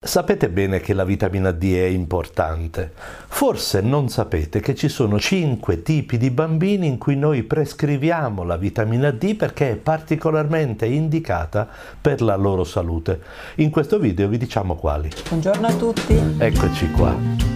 Sapete bene che la vitamina D è importante. Forse non sapete che ci sono 5 tipi di bambini in cui noi prescriviamo la vitamina D perché è particolarmente indicata per la loro salute. In questo video vi diciamo quali. Buongiorno a tutti. Eccoci qua.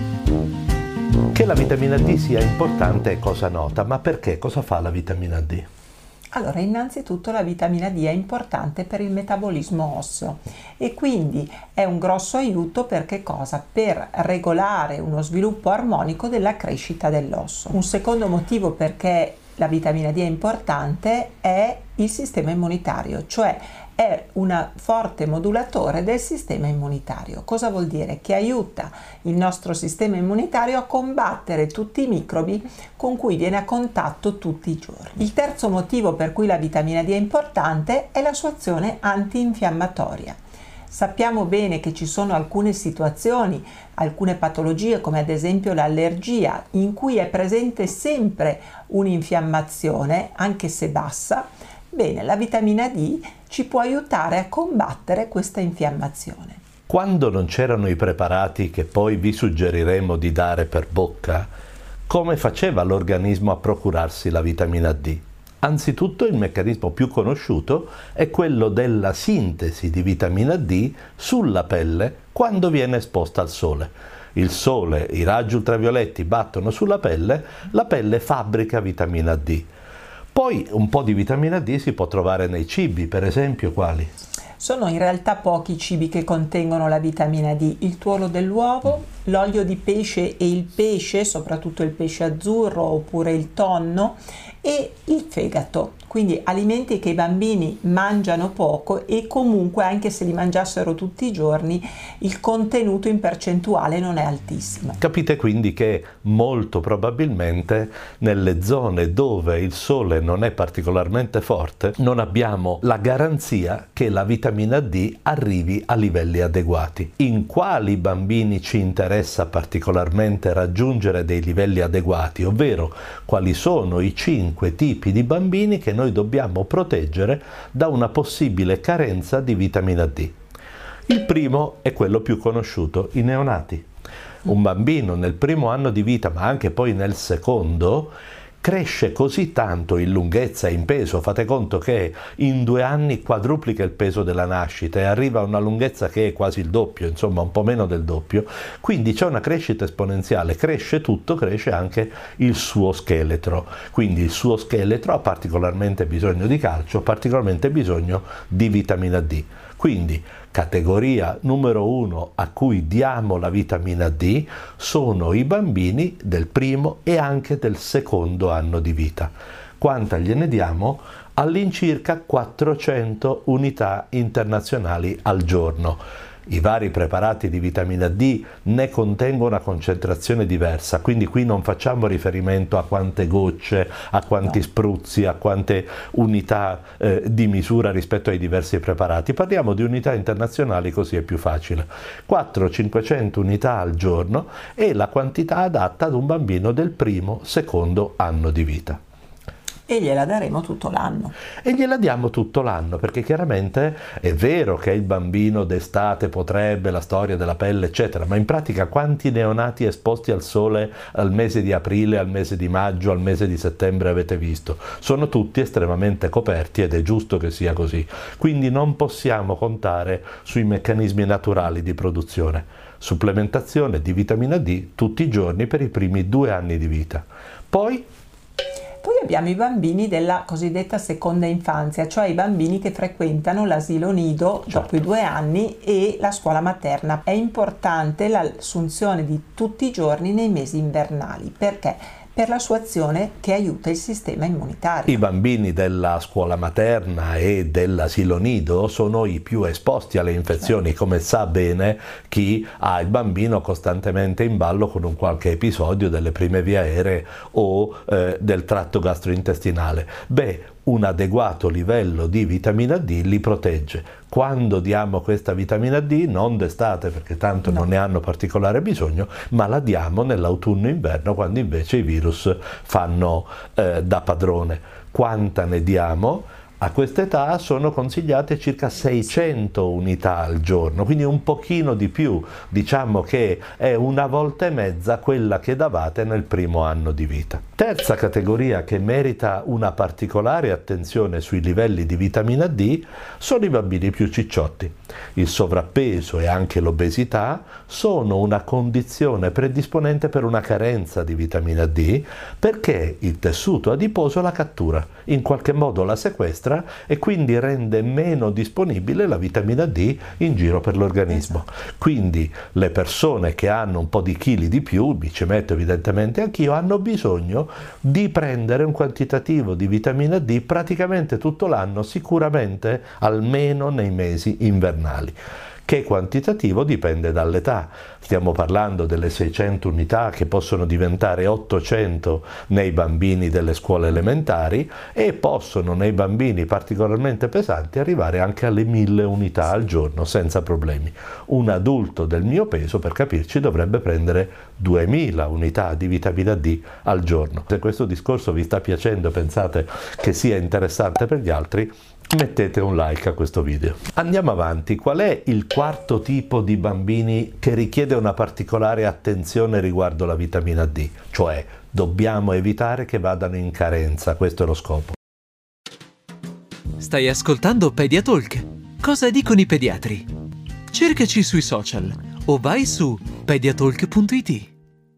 Che la vitamina D sia importante è cosa nota, ma perché? Cosa fa la vitamina D? Allora, innanzitutto la vitamina D è importante per il metabolismo osseo e quindi è un grosso aiuto per che cosa? Per regolare uno sviluppo armonico della crescita dell'osso. Un secondo motivo perché la vitamina D è importante è il sistema immunitario, cioè è un forte modulatore del sistema immunitario. Cosa vuol dire? Che aiuta il nostro sistema immunitario a combattere tutti i microbi con cui viene a contatto tutti i giorni. Il terzo motivo per cui la vitamina D è importante è la sua azione antinfiammatoria. Sappiamo bene che ci sono alcune situazioni, alcune patologie come ad esempio l'allergia, in cui è presente sempre un'infiammazione, anche se bassa. Bene, la vitamina D ci può aiutare a combattere questa infiammazione. Quando non c'erano i preparati che poi vi suggeriremo di dare per bocca, come faceva l'organismo a procurarsi la vitamina D? Anzitutto il meccanismo più conosciuto è quello della sintesi di vitamina D sulla pelle quando viene esposta al sole. Il sole, i raggi ultravioletti battono sulla pelle, la pelle fabbrica vitamina D. Poi un po' di vitamina D si può trovare nei cibi, per esempio quali? Sono in realtà pochi i cibi che contengono la vitamina D: il tuorlo dell'uovo, l'olio di pesce e il pesce, soprattutto il pesce azzurro oppure il tonno, e il fegato. Quindi alimenti che i bambini mangiano poco e comunque anche se li mangiassero tutti i giorni il contenuto in percentuale non è altissimo. Capite quindi che molto probabilmente nelle zone dove il sole non è particolarmente forte non abbiamo la garanzia che la vitamina D arrivi a livelli adeguati. In quali bambini ci interessa particolarmente raggiungere dei livelli adeguati, ovvero quali sono i 5 tipi di bambini che noi dobbiamo proteggere da una possibile carenza di vitamina D. Il primo è quello più conosciuto, i neonati. Un bambino nel primo anno di vita, ma anche poi nel secondo, cresce così tanto in lunghezza e in peso, fate conto che in 2 anni quadruplica il peso della nascita e arriva a una lunghezza che è quasi il doppio, insomma un po' meno del doppio, quindi c'è una crescita esponenziale, cresce tutto, cresce anche il suo scheletro, quindi il suo scheletro ha particolarmente bisogno di calcio, particolarmente bisogno di vitamina D. Quindi categoria numero 1 a cui diamo la vitamina D sono i bambini del primo e anche del secondo anno di vita. Quanta gliene diamo? All'incirca 400 unità internazionali al giorno. I vari preparati di vitamina D ne contengono una concentrazione diversa, quindi qui non facciamo riferimento a quante gocce, a quanti spruzzi, a quante unità di misura rispetto ai diversi preparati. Parliamo di unità internazionali, così è più facile. 400-500 unità al giorno è la quantità adatta ad un bambino del primo, secondo anno di vita. E gliela daremo tutto l'anno. E gliela diamo tutto l'anno, perché chiaramente è vero che il bambino d'estate potrebbe, la storia della pelle eccetera, ma in pratica quanti neonati esposti al sole al mese di aprile, al mese di maggio, al mese di settembre avete visto? Sono tutti estremamente coperti ed è giusto che sia così. Quindi non possiamo contare sui meccanismi naturali di produzione. Supplementazione di vitamina D tutti i giorni per i primi 2 anni di vita. Poi abbiamo i bambini della cosiddetta seconda infanzia, cioè i bambini che frequentano l'asilo nido dopo i 2 anni e la scuola materna. È importante l'assunzione di tutti i giorni nei mesi invernali. Perché? Per la sua azione che aiuta il sistema immunitario. I bambini della scuola materna e dell'asilo nido sono i più esposti alle infezioni, come sa bene chi ha il bambino costantemente in ballo con un qualche episodio delle prime vie aeree o del tratto gastrointestinale. Beh, un adeguato livello di vitamina D li protegge. Quando diamo questa vitamina D, non d'estate perché tanto non ne hanno particolare bisogno, ma la diamo nell'autunno-inverno quando invece i virus fanno da padrone. Quanta ne diamo? A quest'età sono consigliate circa 600 unità al giorno, quindi un pochino di più, diciamo che è una volta e mezza quella che davate nel primo anno di vita. Terza categoria che merita una particolare attenzione sui livelli di vitamina D sono i bambini più cicciotti. Il sovrappeso e anche l'obesità sono una condizione predisponente per una carenza di vitamina D, perché il tessuto adiposo la cattura, in qualche modo la sequestra e quindi rende meno disponibile la vitamina D in giro per l'organismo. Quindi le persone che hanno un po' di chili di più, mi ci metto evidentemente anch'io, hanno bisogno di prendere un quantitativo di vitamina D praticamente tutto l'anno, sicuramente almeno nei mesi invernali. Che quantitativo dipende dall'età. Stiamo parlando delle 600 unità che possono diventare 800 nei bambini delle scuole elementari e possono nei bambini particolarmente pesanti arrivare anche alle 1000 unità al giorno senza problemi. Un adulto del mio peso, per capirci, dovrebbe prendere 2000 unità di vitamina D al giorno. Se questo discorso vi sta piacendo e pensate che sia interessante per gli altri, mettete un like a questo video. Andiamo avanti. Qual è il quarto tipo di bambini che richiede una particolare attenzione riguardo la vitamina D? Cioè, dobbiamo evitare che vadano in carenza, questo è lo scopo. Stai ascoltando Pediatalk. Cosa dicono i pediatri? Cercaci sui social o vai su pediatalk.it.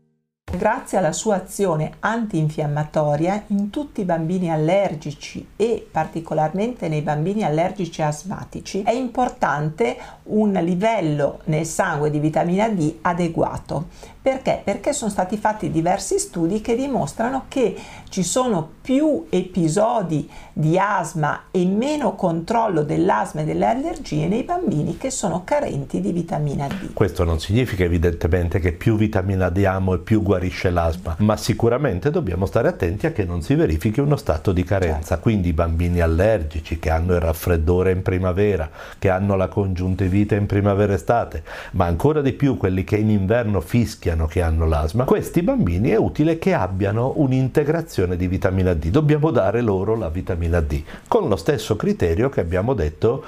Grazie alla sua azione antinfiammatoria in tutti i bambini allergici e particolarmente nei bambini allergici asmatici è importante un livello nel sangue di vitamina D adeguato. Perché? Perché sono stati fatti diversi studi che dimostrano che ci sono più episodi di asma e meno controllo dell'asma e delle allergie nei bambini che sono carenti di vitamina D. Questo non significa evidentemente che più vitamina D diamo e più guarisce l'asma, ma sicuramente dobbiamo stare attenti a che non si verifichi uno stato di carenza. Certo. Quindi i bambini allergici che hanno il raffreddore in primavera, che hanno la congiuntivite in primavera-estate, ma ancora di più quelli che in inverno fischiano che hanno l'asma, questi bambini è utile che abbiano un'integrazione di vitamina D. Dobbiamo dare loro la vitamina D con lo stesso criterio che abbiamo detto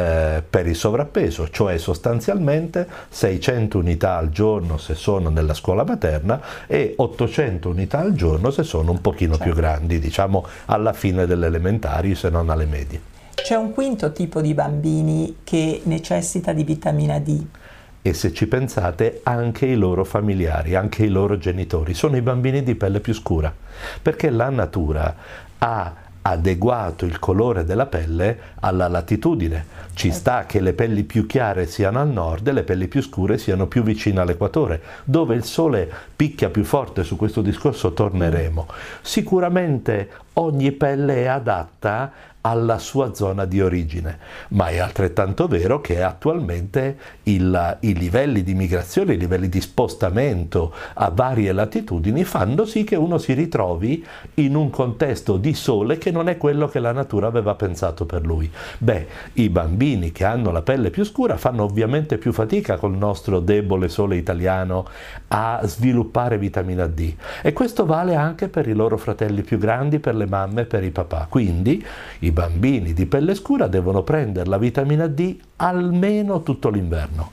per il sovrappeso, cioè sostanzialmente 600 unità al giorno se sono nella scuola materna e 800 unità al giorno se sono un pochino più grandi, diciamo alla fine delle elementari se non alle medie. C'è un quinto tipo di bambini che necessita di vitamina D. E se ci pensate, anche i loro familiari, anche i loro genitori, sono i bambini di pelle più scura, perché la natura ha adeguato il colore della pelle alla latitudine. Ci sta che le pelli più chiare siano al nord e le pelli più scure siano più vicine all'equatore, dove il sole picchia più forte. Su questo discorso torneremo. Sicuramente ogni pelle è adatta alla sua zona di origine, ma è altrettanto vero che attualmente i livelli di migrazione, i livelli di spostamento a varie latitudini fanno sì che uno si ritrovi in un contesto di sole che non è quello che la natura aveva pensato per lui. Beh, i bambini che hanno la pelle più scura fanno ovviamente più fatica col nostro debole sole italiano a sviluppare vitamina D, e questo vale anche per i loro fratelli più grandi, per le mamme e per i papà. Quindi i bambini di pelle scura devono prendere la vitamina D almeno tutto l'inverno,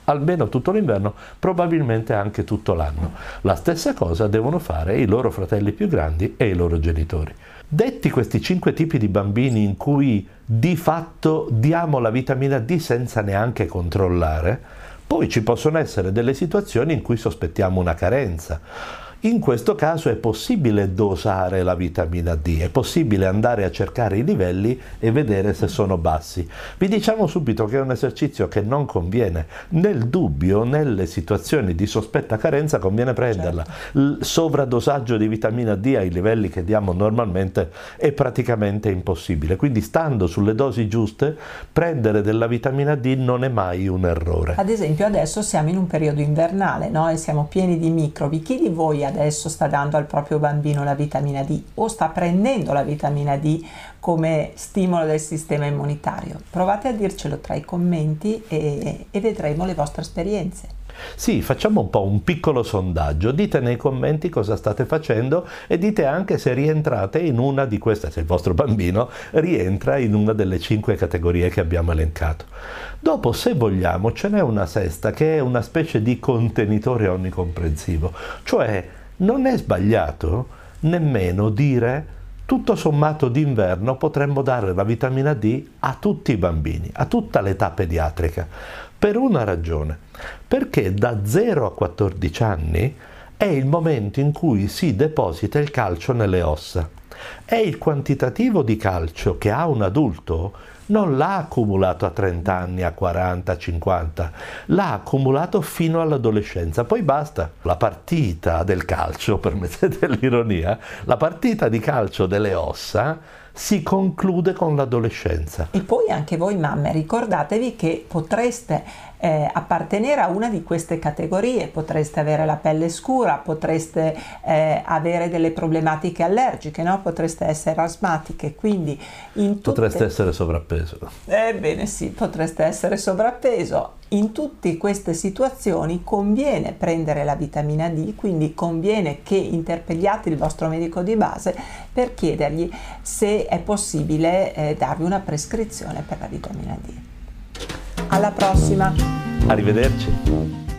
probabilmente anche tutto l'anno. La stessa cosa devono fare i loro fratelli più grandi e i loro genitori. Detti questi 5 tipi di bambini in cui di fatto diamo la vitamina D senza neanche controllare, poi ci possono essere delle situazioni in cui sospettiamo una carenza. In questo caso è possibile dosare la vitamina D, è possibile andare a cercare i livelli e vedere se sono bassi. Vi diciamo subito che è un esercizio che non conviene. Nel dubbio, nelle situazioni di sospetta carenza, conviene prenderla. Il sovradosaggio di vitamina D ai livelli che diamo normalmente è praticamente impossibile. Quindi, stando sulle dosi giuste, prendere della vitamina D non è mai un errore. Ad esempio, adesso siamo in un periodo invernale, no? E siamo pieni di microbi. Chi di voi adesso sta dando al proprio bambino la vitamina D o sta prendendo la vitamina D come stimolo del sistema immunitario? Provate a dircelo tra i commenti e vedremo le vostre esperienze. Sì, facciamo un po' un piccolo sondaggio, dite nei commenti cosa state facendo e dite anche se rientrate in una di queste, se il vostro bambino rientra in una delle 5 categorie che abbiamo elencato. Dopo, se vogliamo, ce n'è una sesta che è una specie di contenitore onnicomprensivo, cioè non è sbagliato nemmeno dire tutto sommato d'inverno potremmo dare la vitamina D a tutti i bambini, a tutta l'età pediatrica, per una ragione, perché da 0 a 14 anni è il momento in cui si deposita il calcio nelle ossa e il quantitativo di calcio che ha un adulto non l'ha accumulato a 30 anni, a 40, a 50, l'ha accumulato fino all'adolescenza, poi basta. La partita del calcio, permettete l'ironia, la partita di calcio delle ossa si conclude con l'adolescenza. E poi anche voi mamme ricordatevi che potreste appartenere a una di queste categorie, potreste avere la pelle scura, potreste avere delle problematiche allergiche, no? Potreste essere asmatiche, quindi potreste essere sovrappeso. Ebbene sì, potreste essere sovrappeso. In tutte queste situazioni conviene prendere la vitamina D, quindi conviene che interpelliate il vostro medico di base per chiedergli se è possibile darvi una prescrizione per la vitamina D. Alla prossima! Arrivederci!